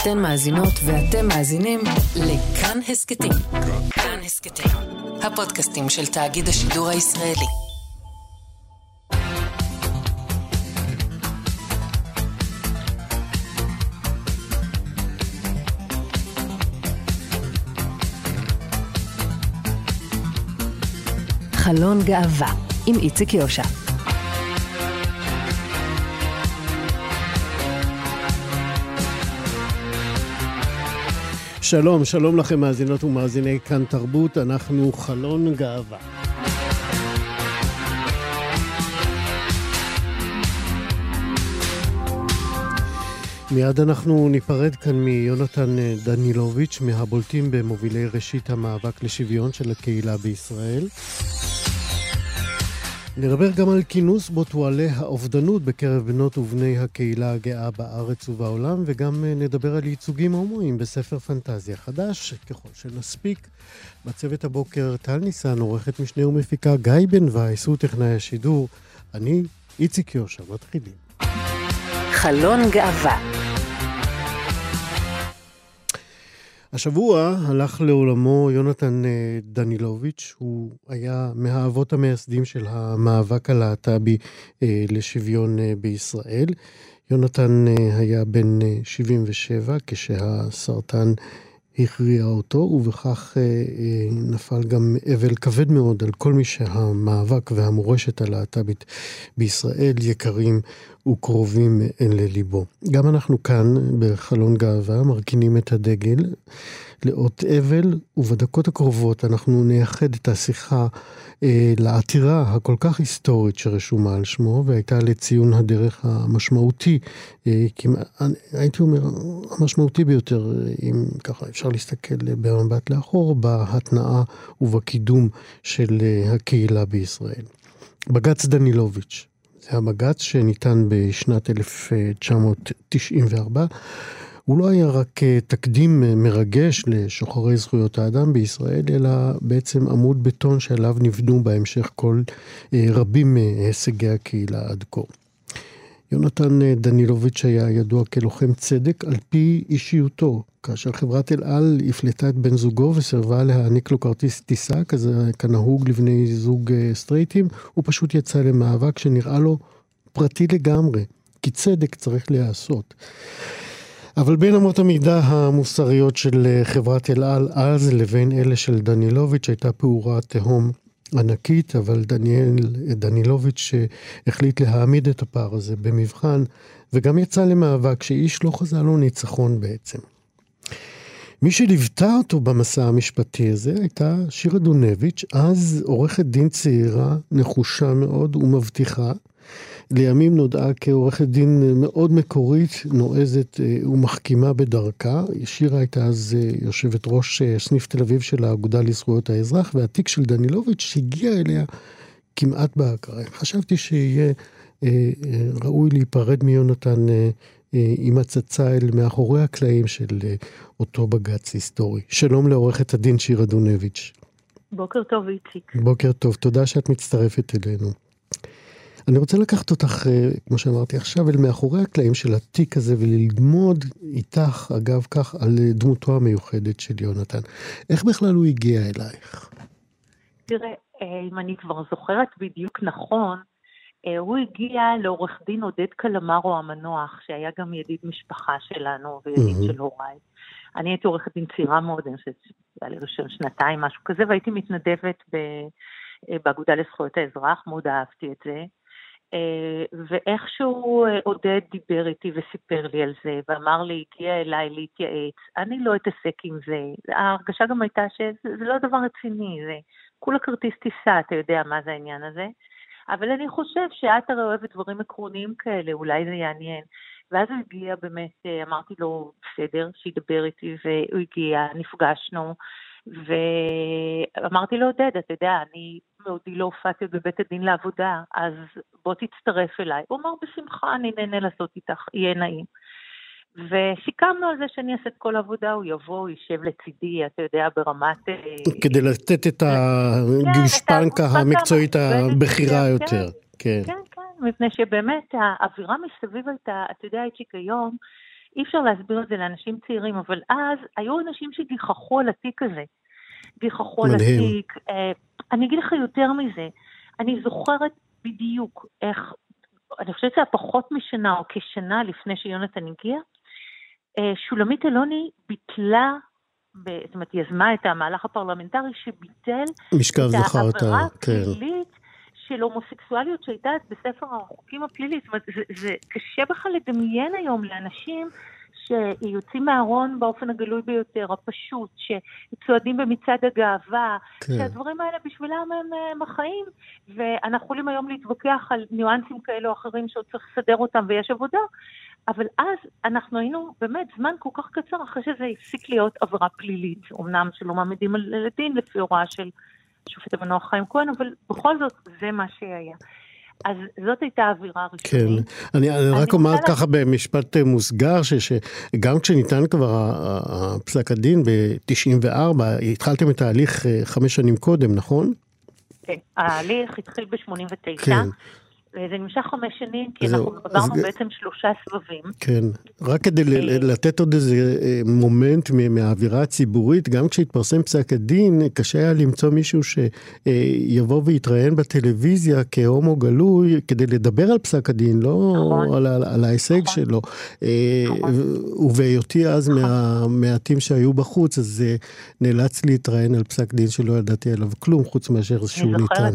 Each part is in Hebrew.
אתן מאזינות ואתם מאזינים לכאן הסקטים. כאן הסקטים, הפודקאסטים של תאגיד השידור הישראלי. חלון גאווה עם איציק יושע. שלום, שלום לכם מאזינות ומאזיני כאן תרבות, אנחנו חלון גאווה. מיד אנחנו ניפרד כאן מיונתן דנילוביץ', מהבולטים במובילי ראשית המאבק לשוויון של הקהילה בישראל. נדבר גם על כינוס בו תועלה האובדנות בקרב בנות ובני הקהילה הגאה בארץ ובעולם, וגם נדבר על ייצוגים הומואים בספר פנטזיה חדש, ככל שנספיק. בצוות הבוקר טל ניסן, עורכת משנה ומפיקה גיא בן וייס, הוא טכנאי השידור. אני איציק יושע, מתחילים. חלון גאווה. השבוע הלך לעולמו יונתן דנילוביץ', הוא היה מהאבות המייסדים של המאבק הלהט"בי לשוויון בישראל. יונתן היה בן 77 כשהסרטן הכריע אותו, ובכך נפל גם אבל כבד מאוד על כל מי שהמאבק והמורשת הלהט"בית בישראל יקרים וקרובים לליבו. גם אנחנו כאן בחלון גאווה מרכינים את הדגל לאות אבל, ובדקות הקרובות אנחנו נייחד את השיחה לעתירה הכל כך היסטורית שרשומה על שמו, והייתה לציון הדרך המשמעותי, הייתי אומר המשמעותי ביותר, אם ככה אפשר להסתכל במבט לאחור, בהתנעה ובקידום של הקהילה בישראל. בג"ץ דנילוביץ', זה הבג"ץ שניתן בשנת 1994, הוא לא היה רק תקדים מרגש לשוחרי זכויות האדם בישראל, אלא בעצם עמוד בטון שעליו נבנו בהמשך כל רבים מהישגי הקהילה עד כה. יונתן דנילוביץ' היה ידוע כלוחם צדק על פי אישיותו, כאשר חברת אל על הפלטה את בן זוגו וסירבה להעניק לו כרטיס טיסה, כנהוג לבני זוג סטרייטים, הוא פשוט יצא למאבק שנראה לו פרטי לגמרי, כי צדק צריך להיעשות. אבל בין אמות המידה המוסריות של חברת אל על אז לבין אלה של דנילוביץ' הייתה פעורה תהום ענקית, אבל דנילוביץ' החליט להעמיד את הפער הזה במבחן, וגם יצא למאבק שאיש לא חזה לו ניצחון בעצם. מי שליוותה אותו במסע המשפטי הזה הייתה שירה דונביץ', אז עורכת דין צעירה, נחושה מאוד ומבטיחה, לימים נודעה כעורכת דין מאוד מקורית, נועזת ומחכימה בדרכה. שירה הייתה אז יושבת ראש סניף תל אביב של האגודה לזכויות האזרח, והתיק של דנילוביץ' הגיע אליה כמעט בהכרה. חשבתי שיהיה ראוי להיפרד מיונתן עם הצצה אל מאחורי הקלעים של אותו בג"ץ היסטורי. שלום לעורכת הדין שירה דונביץ'. בוקר טוב איציק. בוקר טוב, תודה שאת מצטרפת אלינו. אני רוצה לקחת אותך, כמו שאמרתי עכשיו, אל מאחורי הקלעים של התיק הזה, וללמוד איתך, אגב כך, על דמותו המיוחדת של יונתן. איך בכלל הוא הגיע אלייך? תראה, אם אני כבר זוכרת בדיוק נכון, הוא הגיע לעורך דין עודד קלמרו המנוח, שהיה גם ידיד משפחה שלנו וידיד של הוריי. אני הייתי עורכת דין צעירה מאוד, אני חושבת שהיה לי ראשון שנתיים, משהו כזה, והייתי מתנדבת באגודה לזכויות האזרח, מאוד אהבתי את זה. ואיכשהו עודד דיבר איתי וסיפר לי על זה, ואמר לי, הגיע אליי להתייעץ, אני לא אתעסק עם זה. ההרגשה גם הייתה שזה לא דבר רציני, זה כולה כרטיס טיסה, אתה יודע מה זה העניין הזה. אבל אני חושב שאת הרי אוהבת דברים עקרוניים כאלה, אולי זה יעניין. ואז הוא הגיע באמת, אמרתי לו, בסדר, שידבר איתי, והוא הגיע, נפגשנו, ואמרתי לו, עודד, אתה יודע, אני מעודי לא הופעתי בבית הדין לעבודה, אז בוא תצטרף אליי. הוא אמר, בשמחה, אני נהנה לעשות איתך, יהיה נעים. וסיכמנו על זה שאני אעשה את כל העבודה, הוא יבוא, הוא יישב לצידי, אתה יודע, ברמת... כדי לתת את הגושפנקה המקצועית הבכירה יותר. כן, מפני שבאמת האווירה מסביב הייתה, אתה יודע, איציק היום, אי אפשר להסביר את זה לאנשים צעירים, אבל אז היו אנשים שגיחכו על התיק הזה. גיחכו על התיק. אני אגיד לך יותר מזה, אני זוכרת בדיוק איך, אני חושבת שזה פחות משנה או כשנה לפני שיונתן הגיע, שולמית אלוני ביטלה, זאת אומרת, יזמה את המהלך הפרלמנטרי שביטל את העבירה הפלילית של הומוסקסואליות שהייתה בספר החוקים הפלילית. זאת אומרת, זה קשה בכלל לדמיין היום לאנשים שיוצאים מהארון באופן הגלוי ביותר, הפשוט, שצועדים במצעד הגאווה, שהדברים האלה בשבילם הם החיים, ואנחנו יכולים היום להתווכח על ניואנסים כאלו או אחרים שעוד צריך לסדר אותם ויש עבודה, אבל אז אנחנו היינו באמת זמן כל כך קצר אחרי שזה הפסיק להיות עבירה פלילית, אמנם שלא מעמידים לדין לפי הוראה של שופט המנוח חיים כהן, אבל בכל זאת זה מה שהיה. אז זאת הייתה האווירה הראשונית. כן, אני רק אומר ככה במשפט מוסגר, שגם כשניתן כבר פסק הדין ב-94, התחלתם את ההליך 5 שנים קודם, נכון? כן, ההליך התחיל ב-89, וזה נמשך 5 שנים, כי אנחנו עברנו בעצם 3 סבבים. כן, רק כדי לתת עוד איזה מומנט מהאווירה הציבורית, גם כשהתפרסם פסק הדין, קשה היה למצוא מישהו שיבוא ויתראיין בטלוויזיה כהומו גלוי, כדי לדבר על פסק הדין, לא על ההישג שלו. ובהיותי אז מהמעטים שהיו בחוץ, אז נאלץ להתראיין על פסק דין שלא ידעתי עליו כלום, חוץ מאשר שהוא ניתן.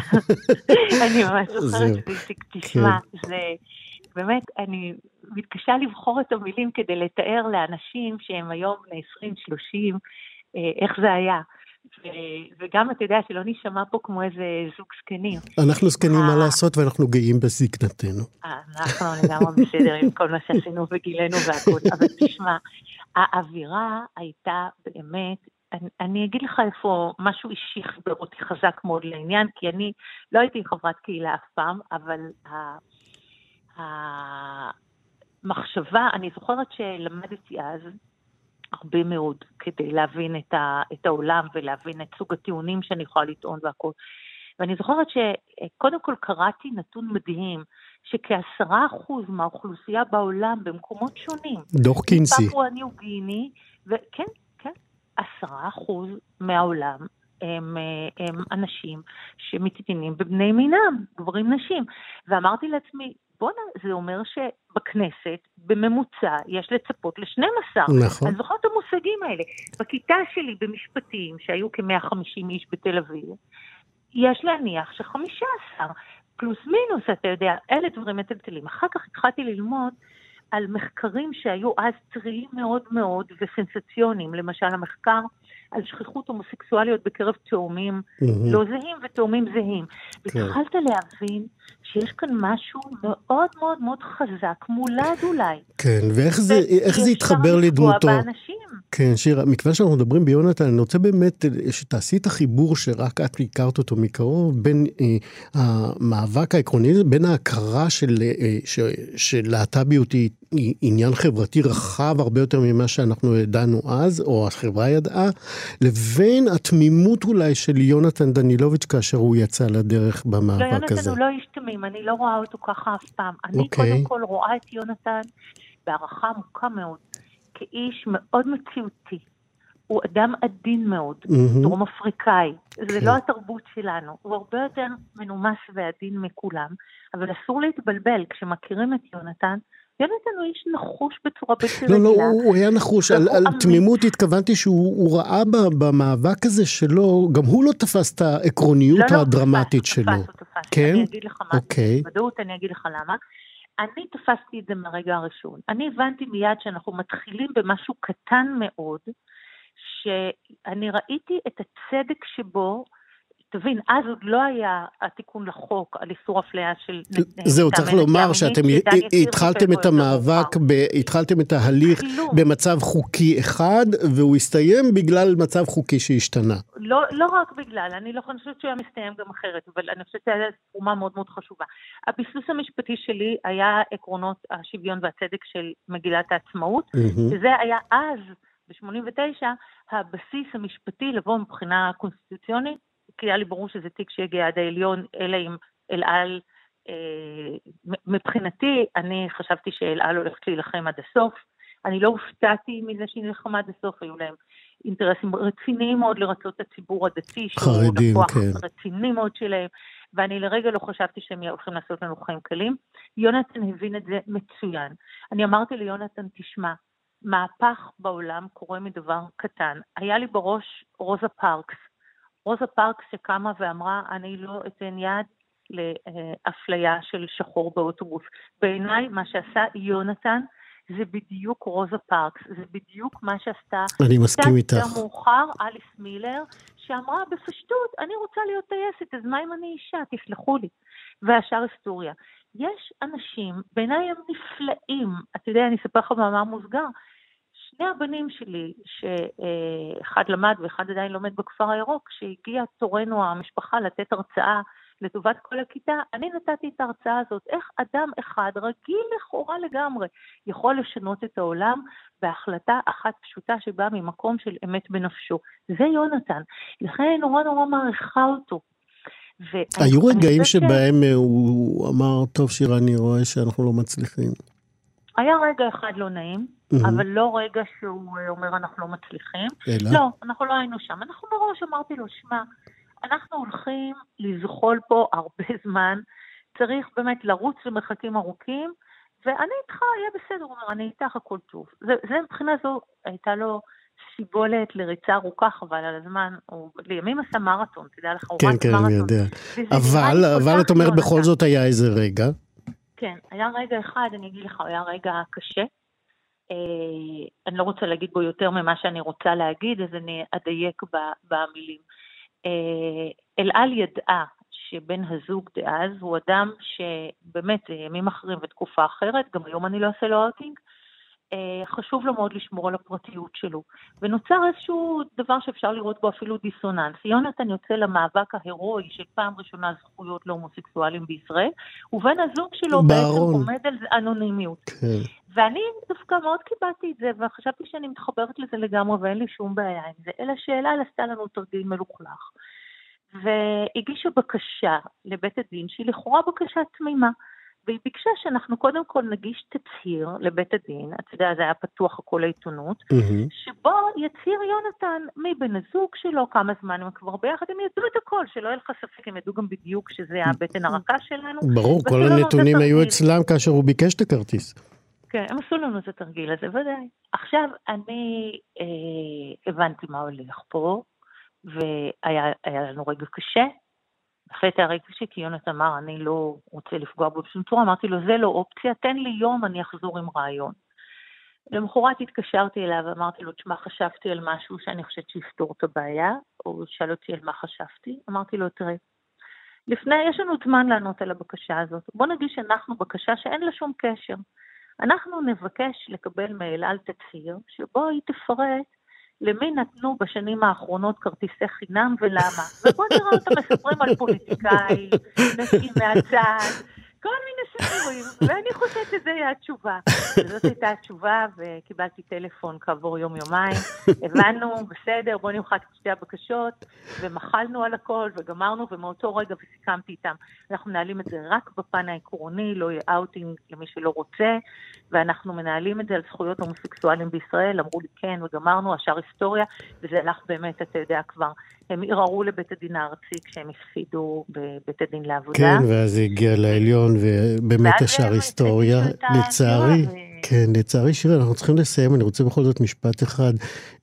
אני ממש זוכרת תשמע, זה באמת, אני מתקשה לבחור את המילים כדי לתאר לאנשים שהם היום 20-30, איך זה היה. וגם אתה יודע שלא נשמע פה כמו איזה זוג זקנים. אנחנו זקנים מה לעשות ואנחנו גאים בזקנתנו. אנחנו לגמרי בסדר עם כל מה שעשינו וגילנו והכל, אבל תשמע, האווירה הייתה באמת, אני אגיד לך איפה משהו אישי חיבר אותי חזק מאוד לעניין, כי אני לא הייתי חברת קהילה אף פעם, אבל המחשבה, אני זוכרת שלמדתי אז הרבה מאוד כדי להבין את העולם ולהבין את סוג הטיעונים שאני יכולה לטעון והכל. ואני זוכרת שקודם כל קראתי נתון מדהים, שכ10% מהאוכלוסייה בעולם במקומות שונים, דוח קינסי. פפואה ניו גיני, וכן, 10% מהעולם הם אנשים שמתעניינים בבני מינם, גברים נשים. ואמרתי לעצמי, בוא'נה, זה אומר שבכנסת, בממוצע, יש לצפות ל12. נכון. אני זוכרת את המושגים האלה. בכיתה שלי במשפטים, שהיו כ150 איש בתל אביב, יש להניח ש15, פלוס מינוס, אתה יודע, אלה דברים מטלטלים. אחר כך התחלתי ללמוד על מחקרים שהיו אז טריים מאוד מאוד וסנסציוניים, למשל המחקר על שכיחות הומוסקסואליות בקרב תאומים לא זהים ותאומים זהים. והתחלת להבין שיש כאן משהו מאוד מאוד מאוד חזק, מולד אולי. כן, ואיך זה התחבר לדמותו? כן, שירה, מכיוון שאנחנו מדברים ביונתן, אני רוצה באמת שתעשי את החיבור שרק את הכרת אותו מקרוב, בין המאבק העקרוני, בין ההכרה של להט"ביות היא עניין חברתי רחב הרבה יותר ממה שאנחנו ידענו אז, או החברה ידעה, לבין התמימות אולי של יונתן דנילוביץ' כאשר הוא יצא לדרך במאבק הזה. לא, יונתן הוא לא איש תמים, אני לא רואה אותו ככה אף פעם. אני קודם כל רואה את יונתן בערכה עמוקה מאוד, כאיש מאוד מציאותי. הוא אדם עדין מאוד, דרום אפריקאי. זה לא התרבות שלנו. הוא הרבה יותר מנומס ועדין מכולם, אבל אסור להתבלבל. כשמכירים את יונתן הוא איש נחוש בצורה בלתי רגילה. לא, הוא היה נחוש. על תמימות התכוונתי שהוא ראה במאבק הזה שלו, גם הוא לא תפס את העקרוניות הדרמטית שלו. הוא תפס. כן? אני אגיד לך מה, בוודאות אני אגיד לך למה. אני תפסתי את זה מהרגע הראשון. אני הבנתי מיד שאנחנו מתחילים במשהו קטן מאוד, שאני ראיתי את הצדק שבו, תבין, אז עוד לא היה התיקון לחוק על איסור אפליה של... זהו, צריך לומר שאתם התחלתם את המאבק, התחלתם את ההליך במצב חוקי אחד, והוא הסתיים בגלל מצב חוקי שהשתנה. לא רק בגלל, אני לא חושבת שהוא היה מסתיים גם אחרת, אבל אני חושבת שהיה תרומה מאוד מאוד חשובה. הביסוס המשפטי שלי היה עקרונות השוויון והצדק של מגילת העצמאות, וזה היה אז, ב-89, הבסיס המשפטי לבוא מבחינה קונסטיטוציונית, כי היה לי ברור שזה תיק שיגיע עד העליון, אלא אם אלעל, מבחינתי, אני חשבתי שאלעל הולכת להילחם עד הסוף, אני לא הופתעתי מזה שהיא נלחמה עד הסוף, היו להם אינטרסים רציניים מאוד לרצות את הציבור הדתי, חרדים, כן. רציני מאוד שלהם, ואני לרגע לא חשבתי שהם הולכים לעשות לנו חיים קלים. יונתן הבין את זה מצוין. אני אמרתי ליונתן, תשמע, מהפך בעולם קורה מדבר קטן. היה לי בראש רוזה פארקס. רוזה פארקס שקמה ואמרה, אני לא אתן יד לאפליה של שחור באוטובוס. בעיניי, מה שעשה יונתן, זה בדיוק רוזה פארקס, זה בדיוק מה שעשתה... אני מסכים איתך. קצת מאוחר, אליס מילר, שאמרה בפשטות, אני רוצה להיות טייסת, אז מה אם אני אישה? תסלחו לי. והשאר היסטוריה. יש אנשים, בעיניי הם נפלאים, אתה יודע, אני אספר לך מאמר מוסגר, שני הבנים שלי, שאחד למד ואחד עדיין לומד בכפר הירוק, שהגיע תורנו המשפחה לתת הרצאה לטובת כל הכיתה, אני נתתי את ההרצאה הזאת, איך אדם אחד, רגיל לכאורה לגמרי, יכול לשנות את העולם בהחלטה אחת פשוטה שבאה ממקום של אמת בנפשו. זה יונתן. לכן אני נורא נורא מעריכה אותו. היו רגעים שבהם הוא אמר, טוב שירה, אני רואה שאנחנו לא מצליחים. היה רגע אחד לא נעים, אבל לא רגע שהוא אומר אנחנו לא מצליחים. לא, אנחנו לא היינו שם. אנחנו בראש אמרתי לו, שמע, אנחנו הולכים לזחול פה הרבה זמן, צריך באמת לרוץ למרחקים ארוכים, ואני איתך, יהיה בסדר, הוא אומר, אני איתך הכל טוב. זה מבחינה זו, הייתה לו סיבולת לריצה ארוכה, אבל על הזמן, הוא לימים עשה מרתון, תדע לך, הוא רץ מרתון. כן, אני יודע. אבל את אומרת, בכל זאת היה איזה רגע. כן, היה רגע אחד, אני אגיד לך, היה רגע קשה. אני לא רוצה להגיד בו יותר ממה שאני רוצה להגיד, אז אני אדייק במילים. אלעל ידעה שבן הזוג דאז הוא אדם שבאמת ימים אחרים ותקופה אחרת, גם היום אני לא עושה לו אוטינג, חשוב לו מאוד לשמור על הפרטיות שלו. ונוצר איזשהו דבר שאפשר לראות בו אפילו דיסוננס. יונתן יוצא למאבק ההירואי של פעם ראשונה זכויות להומוסקסואלים בישראל, ובן הזוג שלו בעצם עומד על אנונימיות. כן. ואני דווקא מאוד קיבלתי את זה, וחשבתי שאני מתחברת לזה לגמרי, ואין לי שום בעיה עם זה. אלא שאלה עשתה לנו תרגיל מלוכלך. והגישה בקשה לבית הדין, שהיא לכאורה בקשה תמימה. והיא ביקשה שאנחנו קודם כל נגיש תצהיר לבית הדין, אתה יודע, זה היה פתוח הכל העיתונות, שבו יצהיר יונתן מבן הזוג שלו, כמה זמן הם כבר ביחד, הם ידעו את הכל, שלא יהיה לך ספק, הם ידעו גם בדיוק שזה הבטן הרכה שלנו. ברור, כל הנתונים היו אצלם כאשר הוא ביקש את הכרטיס. כן, הם עשו לנו את התרגיל הזה, ודאי. עכשיו, אני הבנתי מה הולך פה, והיה לנו רגע קשה, בהחלט הרגע כי יונתן אמר, אני לא רוצה לפגוע בו בשום צורה, אמרתי לו, זה לא אופציה, תן לי יום, אני אחזור עם רעיון. למחרת התקשרתי אליו, ואמרתי לו, תשמע, חשבתי על משהו שאני חושבת שיפתור את הבעיה, או שאל אותי על מה חשבתי, אמרתי לו, תראה, יש לנו זמן לענות על הבקשה הזאת, בוא נגיש אנחנו בקשה שאין לה שום קשר. אנחנו נבקש לקבל מאלעל תצהיר, שבו היא תפרט, למי נתנו בשנים האחרונות כרטיסי חינם ולמה. ובוא נראה אותם מספרים על פוליטיקאים, נשים מהצד, כל מיני סיפורים, ואני חושבת שזה היה התשובה. וזאת הייתה התשובה, וקיבלתי טלפון כעבור יום-יומיים, הבנו, בסדר, בוא נמחק את שתי הבקשות, ומחלנו על הכל, וגמרנו, ומאותו רגע וסיכמתי איתם. אנחנו מנהלים את זה רק בפן העקרוני, לא יהיה אאוטינג למי שלא רוצה, ואנחנו מנהלים את זה על זכויות הומוסקסואלים בישראל, אמרו לי כן, וגמרנו, השאר היסטוריה, וזה הלך באמת, אתה יודע כבר, הם ערערו לבית הדין הארצי כשהם הפסידו בבית הדין לעבודה. כן, ואז זה הגיע לעליון, ובאמת השאר היסטוריה, לצערי, כן, לצערי שירה, אנחנו צריכים לסיים, אני רוצה בכל זאת משפט אחד,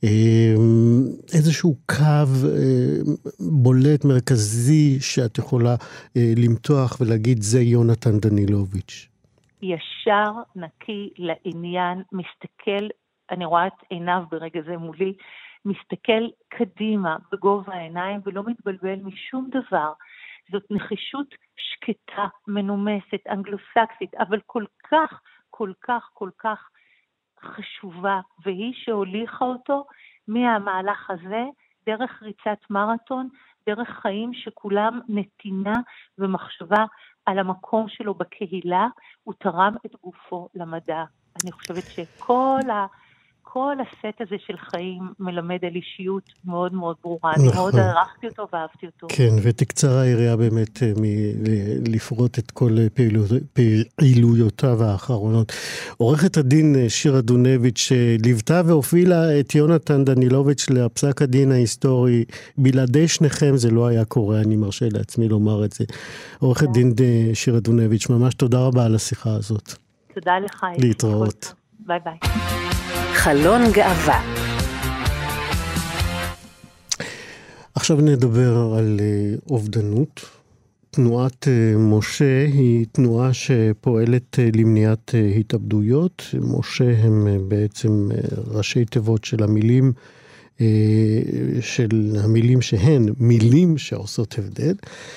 איזשהו קו בולט מרכזי שאת יכולה למתוח ולהגיד, זה יונתן דנילוביץ'. ישר, נקי, לעניין, מסתכל, אני רואה את עיניו ברגע זה מולי, מסתכל קדימה בגובה העיניים ולא מתבלבל משום דבר. זאת נחישות שקטה, מנומסת, אנגלוסקסית, אבל כל כך, כל כך, כל כך חשובה, והיא שהוליכה אותו מהמהלך הזה, דרך ריצת מרתון, דרך חיים שכולם נתינה ומחשבה על המקום שלו בקהילה, הוא תרם את גופו למדע. אני חושבת שכל כל הסט הזה של חיים מלמד על אישיות מאוד מאוד ברורה. אני מאוד הערכתי אותו ואהבתי אותו. כן, ותקצר העירייה באמת לפרוט את כל פעילויותיו האחרונות. עורכת הדין שירה דונביץ' ליוותה והובילה את יונתן דנילוביץ' לפסק הדין ההיסטורי. בלעדי שניכם זה לא היה קורה, אני מרשה לעצמי לומר את זה. עורכת דין שירה דונביץ', ממש תודה רבה על השיחה הזאת. תודה לך. להתראות. ביי ביי. חלון גאווה. עכשיו נדבר על אובדנות. תנועת משה היא תנועה שפועלת למניעת התאבדויות. משה הם בעצם ראשי תיבות של המילים, שהן מילים שעושות הבדל.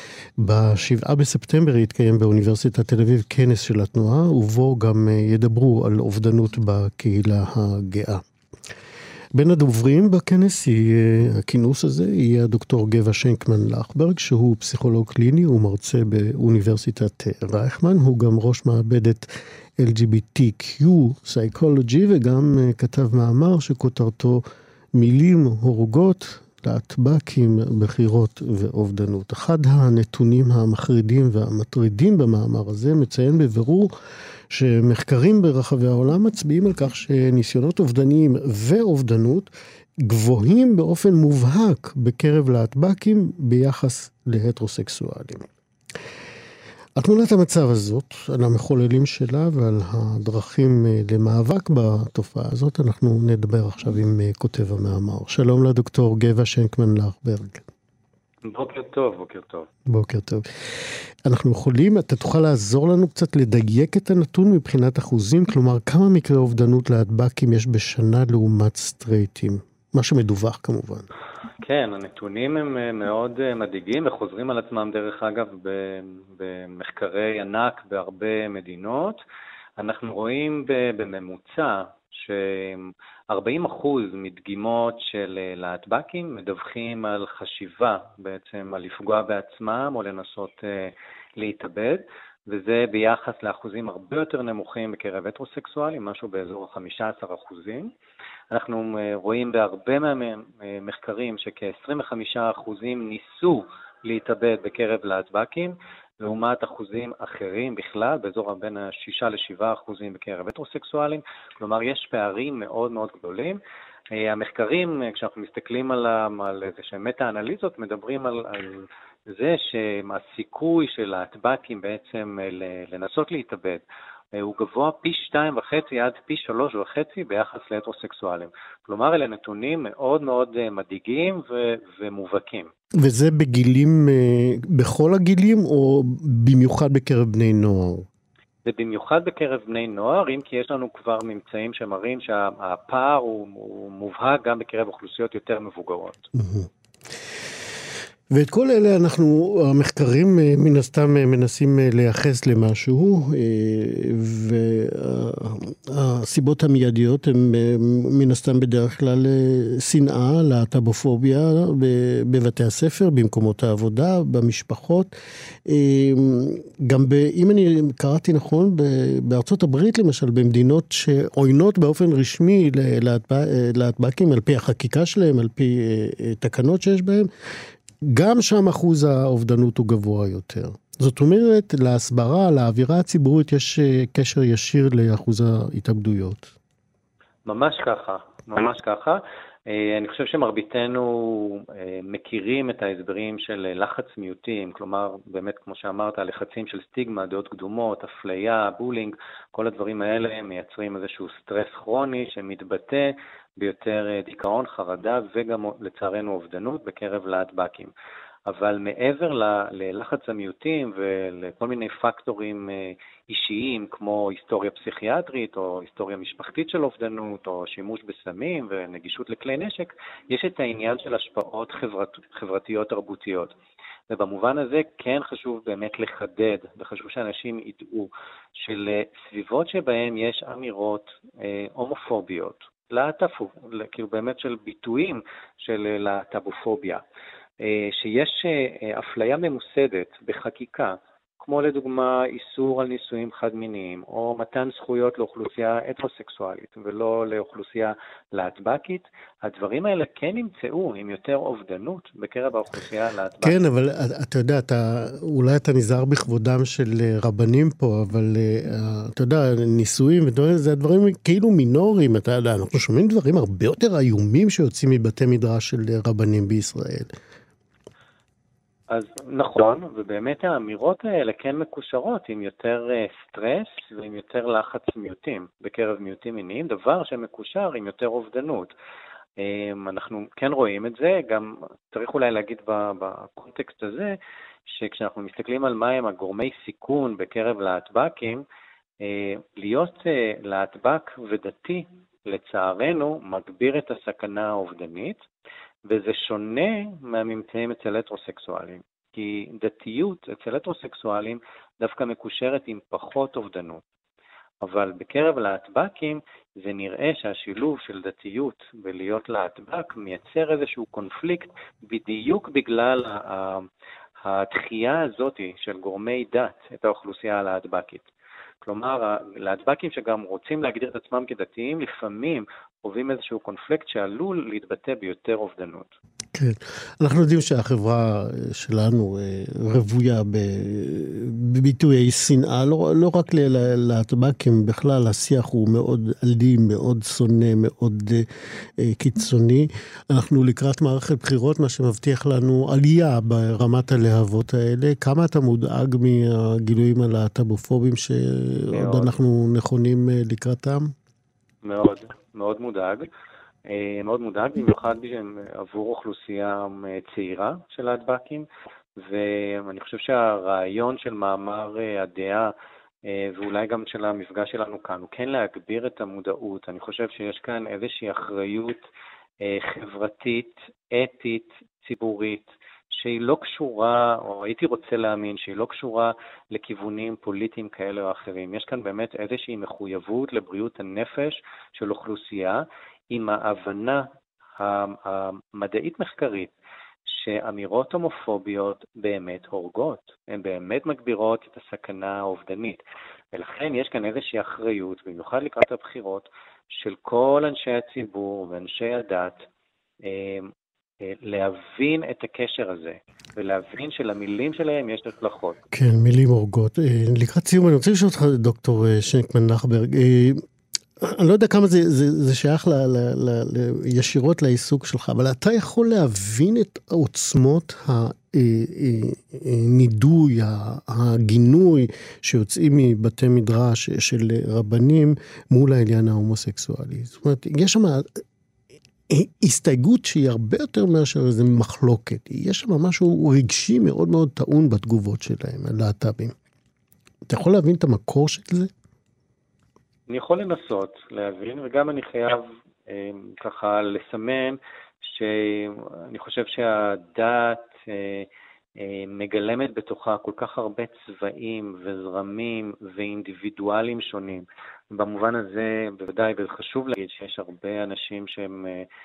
ב7 בספטמבר יתקיים באוניברסיטת תל אביב כנס של התנועה, ובו גם ידברו על אובדנות בקהילה הגאה. בין הדוברים בכנס, הכינוס הזה, יהיה הדוקטור גבע שנקמן לחברג, שהוא פסיכולוג קליני ומרצה באוניברסיטת רייכמן. הוא גם ראש מעבדת LGBTQ Psychology, וגם כתב מאמר שכותרתו מילים הורגות, להטבקים, בחירות ואובדנות. אחד הנתונים המחרידים והמטרידים במאמר הזה מציין בבירור שמחקרים ברחבי העולם מצביעים על כך שניסיונות אובדניים ואובדנות גבוהים באופן מובהק בקרב להטבקים ביחס להטרוסקסואלים. על תמונת המצב הזאת, על המחוללים שלה ועל הדרכים למאבק בתופעה הזאת, אנחנו נדבר עכשיו עם כותב המאמר. שלום לדוקטור גבע שנקמן לחברג. בוקר טוב, בוקר טוב. בוקר טוב. אנחנו יכולים, אתה תוכל לעזור לנו קצת לדייק את הנתון מבחינת אחוזים, כלומר כמה מקרי אובדנות להטבקים יש בשנה לעומת סטרייטים? מה שמדווח כמובן. כן, הנתונים הם מאוד מדאיגים וחוזרים על עצמם דרך אגב במחקרי ענק בהרבה מדינות. אנחנו רואים בממוצע ש40% מדגימות של להטבקים מדווחים על חשיבה בעצם על לפגוע בעצמם או לנסות להתאבד, וזה ביחס לאחוזים הרבה יותר נמוכים בקרב הטרוסקסואלים, משהו באזור 15%. אנחנו רואים בהרבה מהמחקרים שכ-25% ניסו להתאבד בקרב להטבקים, לעומת אחוזים אחרים בכלל, באזור בין 6-7% בקרב הטרוסקסואלים. כלומר, יש פערים מאוד מאוד גדולים. המחקרים, כשאנחנו מסתכלים על איזה שהם מטה-אנליזות, מדברים על זה שהסיכוי של להטבקים בעצם לנסות להתאבד, הוא גבוה פי 2.5 עד פי 3.5 ביחס להטרוסקסואלים. כלומר, אלה נתונים מאוד מאוד מדאיגים ומובהקים. וזה בגילים, בכל הגילים או במיוחד בקרב בני נוער? ובמיוחד בקרב בני נוער, אם כי יש לנו כבר ממצאים שמראים שהפער הוא מובהק גם בקרב אוכלוסיות יותר מבוגרות. ואת כל אלה המחקרים מן הסתם מנסים לייחס למשהו, והסיבות המיידיות הן מן הסתם בדרך כלל שנאה, להט"בופוביה בבתי הספר, במקומות העבודה, במשפחות. גם אם אני קראתי נכון, בארצות הברית למשל, במדינות שעוינות באופן רשמי להטבקים על פי החקיקה שלהם, על פי תקנות שיש בהם, גם שם אחוז האובדנות הוא גבוה יותר. זאת אומרת, להסברה, לאווירה הציבורית, יש קשר ישיר לאחוז ההתאבדויות. ממש ככה, ממש ככה. אני חושב שמרביתנו מכירים את ההסברים של לחץ מיעוטים, כלומר, באמת, כמו שאמרת, לחצים של סטיגמה, דעות קדומות, אפליה, בולינג, כל הדברים האלה מייצרים איזשהו סטרס כרוני שמתבטא ביותר דיכאון, חרדה וגם לצערנו אובדנות בקרב להטבקים. אבל מעבר ללחץ המיעוטים ולכל מיני פקטורים אישיים כמו היסטוריה פסיכיאטרית או היסטוריה משפחתית של אובדנות או שימוש בסמים ונגישות לכלי נשק, יש את העניין של השפעות חברתיות תרבותיות. ובמובן הזה כן חשוב באמת לחדד וחשוב שאנשים ידעו שלסביבות שבהם יש אמירות הומופוביות, כאילו באמת של ביטויים של להט"בופוביה, שיש אפליה ממוסדת בחקיקה, כמו לדוגמה איסור על נישואים חד-מיניים, או מתן זכויות לאוכלוסייה הטרוסקסואלית ולא לאוכלוסייה להטבקית, הדברים האלה כן נמצאו עם יותר אובדנות בקרב האוכלוסייה להטבקית. כן, אבל אתה יודע, אולי אתה נזהר בכבודם של רבנים פה, אבל אתה יודע, נישואים ודברים, זה הדברים כאילו מינוריים, אתה יודע, אנחנו שומעים דברים הרבה יותר איומים שיוצאים מבתי מדרש של רבנים בישראל. אז נכון, ובאמת האמירות האלה כן מקושרות עם יותר סטרס ועם יותר לחץ מיעוטים בקרב מיעוטים מיניים, דבר שמקושר עם יותר אובדנות. אנחנו כן רואים את זה, גם צריך אולי להגיד בקונטקסט הזה, שכשאנחנו מסתכלים על מהם הגורמי סיכון בקרב להטבקים, להיות להטבק ודתי, לצערנו, מגביר את הסכנה האובדנית, וזה שונה מהממצאים אצל הטרוסקסואלים, כי דתיות אצל הטרוסקסואלים דווקא מקושרת עם פחות אובדנות. אבל בקרב להטבקים זה נראה שהשילוב של דתיות ולהיות להטבק מייצר איזשהו קונפליקט בדיוק בגלל התחייה הזאת של גורמי דת את האוכלוסייה הלהטבקית. כלומר, להטבקים שגם רוצים להגדיר את עצמם כדתיים, לפעמים חווים איזשהו קונפליקט שעלול להתבטא ביותר אובדנות. כן, אנחנו יודעים שהחברה שלנו רבויה בביטויי שנאה, לא רק ללהטבקים, בכלל השיח הוא מאוד אלים, מאוד שונא, מאוד קיצוני. אנחנו לקראת מערכת בחירות, מה שמבטיח לנו עלייה ברמת הלהבות האלה. כמה אתה מודאג מהגילויים הלהט"בופובים שעוד אנחנו נכונים לקראתם? מאוד, מאוד מודאג. מאוד מודאג, במיוחד עבור אוכלוסייה צעירה של להטבקים, ואני חושב שהרעיון של מאמר הדעה, ואולי גם של המפגש שלנו כאן, הוא כן להגביר את המודעות. אני חושב שיש כאן איזושהי אחריות חברתית, אתית, ציבורית, שהיא לא קשורה, או הייתי רוצה להאמין שהיא לא קשורה לכיוונים פוליטיים כאלה או אחרים. יש כאן באמת איזושהי מחויבות לבריאות הנפש של אוכלוסייה, עם ההבנה המדעית מחקרית שאמירות הומופוביות באמת הורגות, הן באמת מגבירות את הסכנה האובדנית. ולכן יש כאן איזושהי אחריות, במיוחד לקראת הבחירות, של כל אנשי הציבור ואנשי הדת, להבין את הקשר הזה, ולהבין שלמילים שלהם יש השלכות. כן, מילים הורגות. לקראת סיום, אני רוצה לשאול אותך, דוקטור שנקמן-נחברג, אני לא יודע כמה זה שייך ישירות לעיסוק שלך, אבל אתה יכול להבין את עוצמות הנידוי, הגינוי שיוצאים מבתי מדרש של רבנים מול העניין ההומוסקסואלי. זאת אומרת, יש שם הסתייגות שהיא הרבה יותר מאשר איזו מחלוקת. יש שם משהו רגשי מאוד מאוד טעון בתגובות שלהם, הלהט"בים. אתה יכול להבין את המקור של זה? אני יכול לנסות להבין, וגם אני חייב ככה לסמן שאני חושב שהדת מגלמת בתוכה כל כך הרבה צבעים וזרמים ואינדיבידואלים שונים. במובן הזה בוודאי וחשוב להגיד שיש הרבה אנשים שהם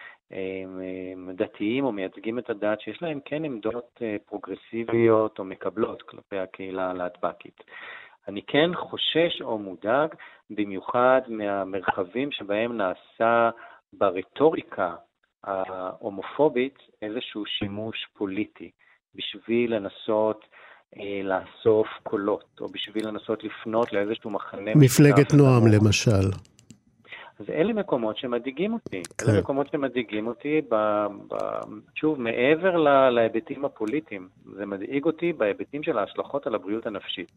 דתיים או מייצגים את הדת שיש להם כן עמדות פרוגרסיביות או מקבלות כלפי הקהילה הלהטבקית. אני כן חושש או מודאג במיוחד מהמרחבים שבהם נעשה ברטוריקה ההומופובית איזשהו שימוש פוליטי בשביל לנסות לאסוף קולות או בשביל לנסות לפנות לאיזשהו מחנה. מפלגת נועם למשל. אז אלה מקומות שמדאיגים אותי. אלה מקומות שמדאיגים אותי שוב מעבר להיבטים הפוליטיים. זה מדאיג אותי בהיבטים של ההשלכות על הבריאות הנפשית.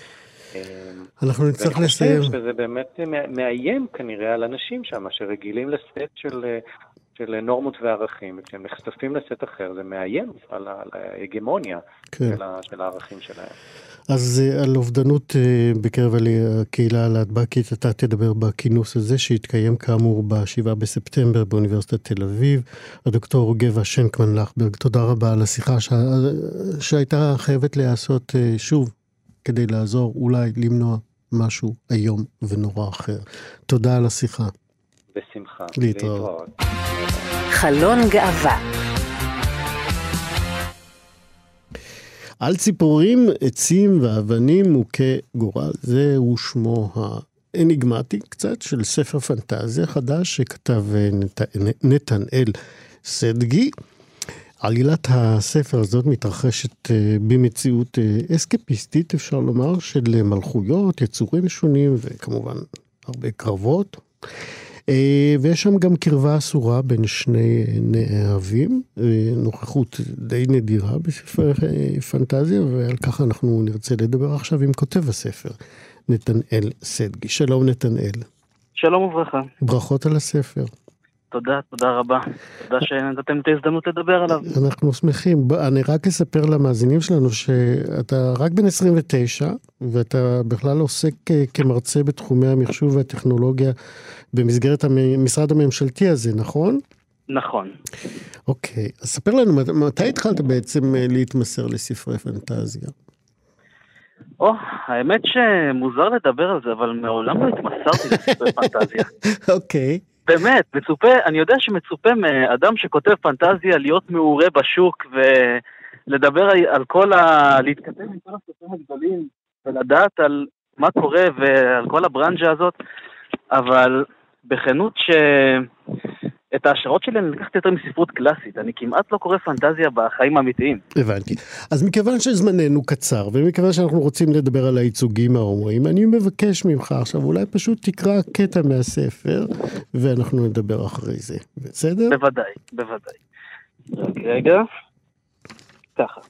אנחנו נצטרך לסיים. ואני חושב שזה באמת מאיים כנראה על אנשים שם, שרגילים לסט של נורמות וערכים, וכשהם נחשפים לסט אחר, זה מאיים על ההגמוניה של הערכים שלהם. אז על אובדנות בקרב הקהילה הלהטבקית, אתה תדבר בכינוס הזה, שהתקיים כאמור ב7 בספטמבר באוניברסיטת תל אביב. הדוקטור גבע שנקמן-נחברג, תודה רבה על השיחה שהייתה חייבת להיעשות שוב, כדי לעזור אולי למנוע משהו היום ונורא אחר. תודה על השיחה. בשמחה. להתראות. חלון גאווה. על ציפורים, עצים ואבנים מוכי גורל. זהו שמו האניגמטי קצת של ספר פנטזיה חדש שכתב נתנאל סדגי. עלילת הספר הזאת מתרחשת במציאות אסקפיסטית, אפשר לומר, של מלכויות, יצורים שונים וכמובן הרבה קרבות. ויש שם גם קרבה אסורה בין שני נאהבים, נוכחות די נדירה בספר פנטזיה, ועל כך אנחנו נרצה לדבר עכשיו עם כותב הספר, נתנאל סדגי. שלום נתנאל. שלום וברכה. ברכות על הספר. תודה רבה. תודה שנתתם את ההזדמנות לדבר עליו. אנחנו שמחים. אני רק אספר למאזינים שלנו שאתה רק בן 29, ואתה בכלל עוסק כמרצה בתחומי המחשוב והטכנולוגיה במסגרת המשרד הממשלתי הזה, נכון? נכון. אוקיי, אז ספר לנו, מתי התחלת בעצם להתמסר לספרי פנטזיה? האמת שמוזר לדבר על זה, אבל מעולם לא התמסרתי לספרי פנטזיה. אוקיי. באמת, אני יודע שמצופה מאדם שכותב פנטזיה להיות מעורה בשוק ולדבר על להתכתב עם כל הסופרים הגדולים ולדעת על מה קורה ועל כל הברנז'ה הזאת, אבל בכנות את ההשערות שלי אני לקחתי יותר מספרות קלאסית, אני כמעט לא קורא פנטזיה בחיים האמיתיים. הבנתי. אז מכיוון שזמננו קצר, ומכיוון שאנחנו רוצים לדבר על הייצוגים ההומואים, אני מבקש ממך עכשיו, אולי פשוט תקרא קטע מהספר, ואנחנו נדבר אחרי זה. בסדר? בוודאי. רגע. ככה.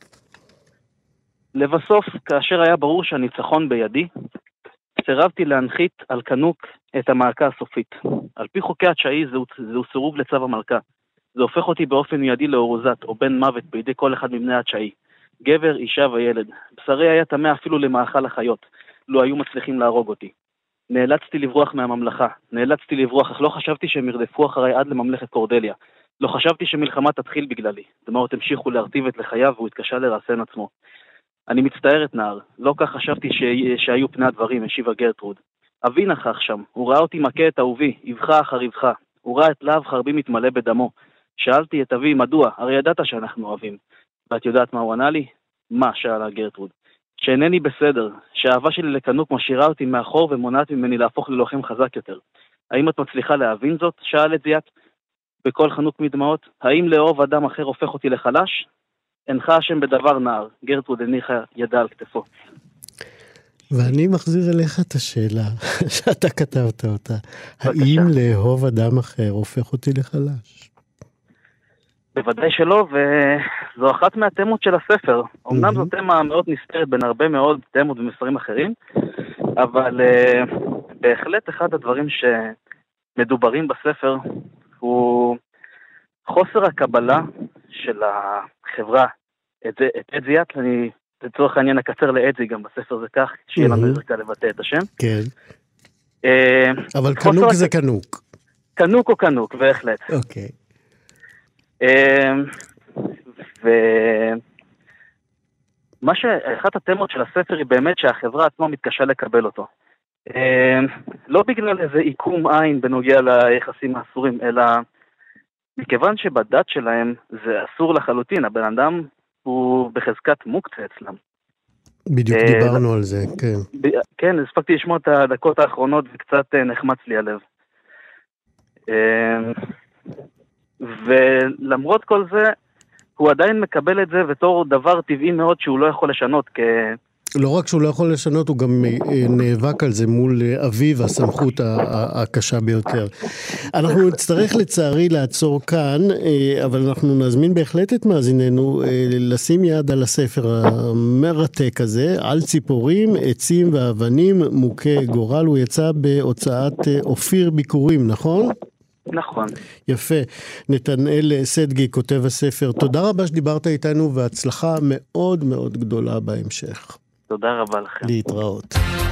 לבסוף, כאשר היה ברור שהניצחון בידי, סירבתי להנחית על קנוק את המעקה הסופית. על פי חוקי התשעי זהו סירוב לצו המלכה. זה הופך אותי באופן מיידי לאורזת או בן מוות בידי כל אחד מבני התשעי. גבר, אישה וילד. בשרי היה טמא אפילו למאכל החיות, לא היו מצליחים להרוג אותי. נאלצתי לברוח מהממלכה. אך לא חשבתי שהם ירדפו אחריי עד לממלכת קורדליה. לא חשבתי שמלחמה תתחיל בגללי. דמעות המשיכו להרטיב את לחייו והוא התקשה לרסן עצמו. אני מצטערת נער, לא כך חשבתי שהיו פני הדברים, השיבה גרטרוד. אבי נכח שם, הוא ראה אותי מכה את אהובי, אבחה אחר אבחה. הוא ראה את להב חרבי מתמלא בדמו. שאלתי את אבי, מדוע? הרי ידעת שאנחנו אוהבים. ואת יודעת מה הוא ענה לי? מה? שאלה גרטרוד. שאינני בסדר, שהאהבה שלי לקנוק משאירה אותי מאחור ומונעת ממני להפוך ללוחם חזק יותר. האם את מצליחה להבין זאת? שאל את זיית. בכל חנוק מדמעות, האם לאהוב אדם אחר הופך אותי לחלש? אינך השם בדבר נער, גרטרוד הניחה ידה על כתפו. ואני מחזיר אליך את השאלה שאתה כתבת אותה. האם לאהוב אדם אחר הופך אותי לחלש? בוודאי שלא, וזו אחת מהתמות של הספר. אמנם זו תמה מאוד נסתרת בין הרבה מאוד תמות ומספרים אחרים, אבל בהחלט אחד הדברים שמדוברים בספר הוא חוסר הקבלה של החברה. את זיית, אני לצורך העניין אקצר לאדזי גם בספר זה כך, שיהיה לנו יותר קל לבטא את השם. כן. אבל קנוק זה קנוק. קנוק או קנוק, בהחלט. אוקיי. אחת התמות של הספר היא באמת שהחברה עצמה מתקשה לקבל אותו. לא בגלל איזה עיקום עין בנוגע ליחסים האסורים, אלא מכיוון שבדת שלהם זה אסור לחלוטין, הבן אדם הוא בחזקת מוקצה אצלם. בדיוק דיברנו על זה, כן. כן, הספקתי לשמוע את הדקות האחרונות וקצת נחמץ לי הלב. ולמרות כל זה, הוא עדיין מקבל את זה בתור דבר טבעי מאוד שהוא לא יכול לשנות. לא רק שהוא לא יכול לשנות, הוא גם נאבק על זה מול אביו, הסמכות הקשה ביותר. אנחנו נצטרך לצערי לעצור כאן, אבל אנחנו נזמין בהחלט את מאזיננו לשים יד על הספר המרתק הזה, על ציפורים, עצים ואבנים, מוכי גורל. הוא יצא בהוצאת אופיר ביקורים, נכון? נכון. יפה. נתנאל סדגי, כותב הספר. תודה רבה שדיברת איתנו, והצלחה מאוד מאוד גדולה בהמשך. תודה רבה לכם. להתראות.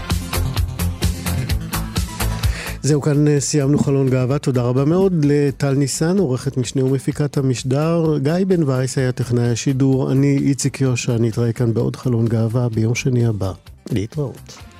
זהו, כאן סיימנו חלון גאווה. תודה רבה מאוד לטל ניסן, עורכת משנה ומפיקת המשדר. גיא בן וייס היה טכנאי השידור. אני איציק יושע, נתראה כאן בעוד חלון גאווה ביום שני הבא. להתראות.